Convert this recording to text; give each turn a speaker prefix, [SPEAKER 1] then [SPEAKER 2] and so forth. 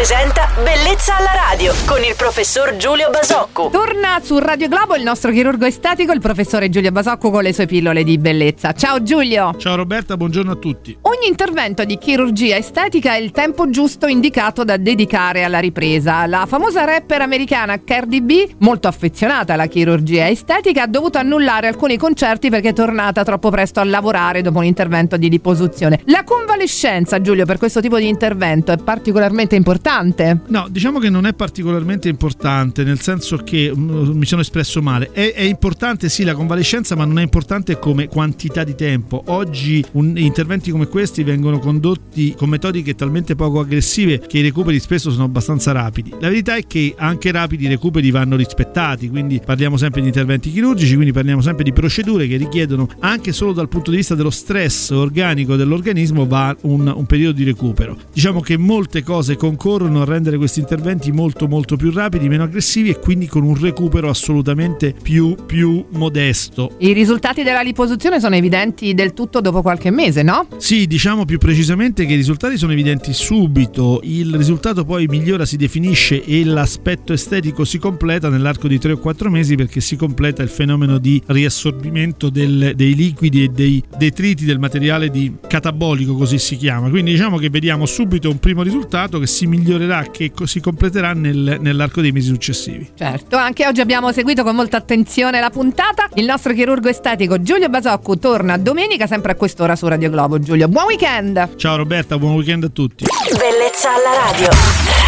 [SPEAKER 1] presenta Bellezza alla radio con il professor Giulio Basocco.
[SPEAKER 2] Torna su Radio Globo il nostro chirurgo estetico, il professore Giulio Basocco, con le sue pillole di bellezza. Ciao Giulio.
[SPEAKER 3] Ciao Roberta, buongiorno a tutti.
[SPEAKER 2] Ogni intervento di chirurgia estetica è il tempo giusto indicato da dedicare alla ripresa. La famosa rapper americana Cardi B, molto affezionata alla chirurgia estetica, ha dovuto annullare alcuni concerti perché è tornata troppo presto a lavorare dopo un intervento di liposuzione. La convalescenza, Giulio, per questo tipo di intervento è particolarmente importante?
[SPEAKER 3] No, diciamo che non è particolarmente importante, nel senso che mi sono espresso male. È importante sì la convalescenza, ma non è importante come quantità di tempo. Oggi interventi come questi vengono condotti con metodiche talmente poco aggressive che i recuperi spesso sono abbastanza rapidi. La verità è che anche rapidi i recuperi vanno rispettati, quindi parliamo sempre di interventi chirurgici, quindi parliamo sempre di procedure che richiedono, anche solo dal punto di vista dello stress organico dell'organismo, va un periodo di recupero. Diciamo che molte cose concorrono a rendere questi interventi molto molto più rapidi, meno aggressivi e quindi con un recupero assolutamente più modesto.
[SPEAKER 2] I risultati della liposuzione sono evidenti del tutto dopo qualche mese, no?
[SPEAKER 3] Sì, diciamo più precisamente che i risultati sono evidenti subito. Il risultato poi migliora, si definisce, e l'aspetto estetico si completa nell'arco di 3 o 4 mesi, perché si completa il fenomeno di riassorbimento dei liquidi e dei detriti del materiale catabolico, così si chiama. Quindi diciamo che vediamo subito un primo risultato che si migliorerà, che si completerà nell'arco dei mesi successivi.
[SPEAKER 2] Certo, anche oggi abbiamo seguito con molta attenzione la puntata. Il nostro chirurgo estetico Giulio Basocco torna domenica sempre a quest'ora su Radio Globo. Giulio, buon weekend!
[SPEAKER 3] Ciao Roberta, buon weekend a tutti.
[SPEAKER 1] Bellezza alla radio.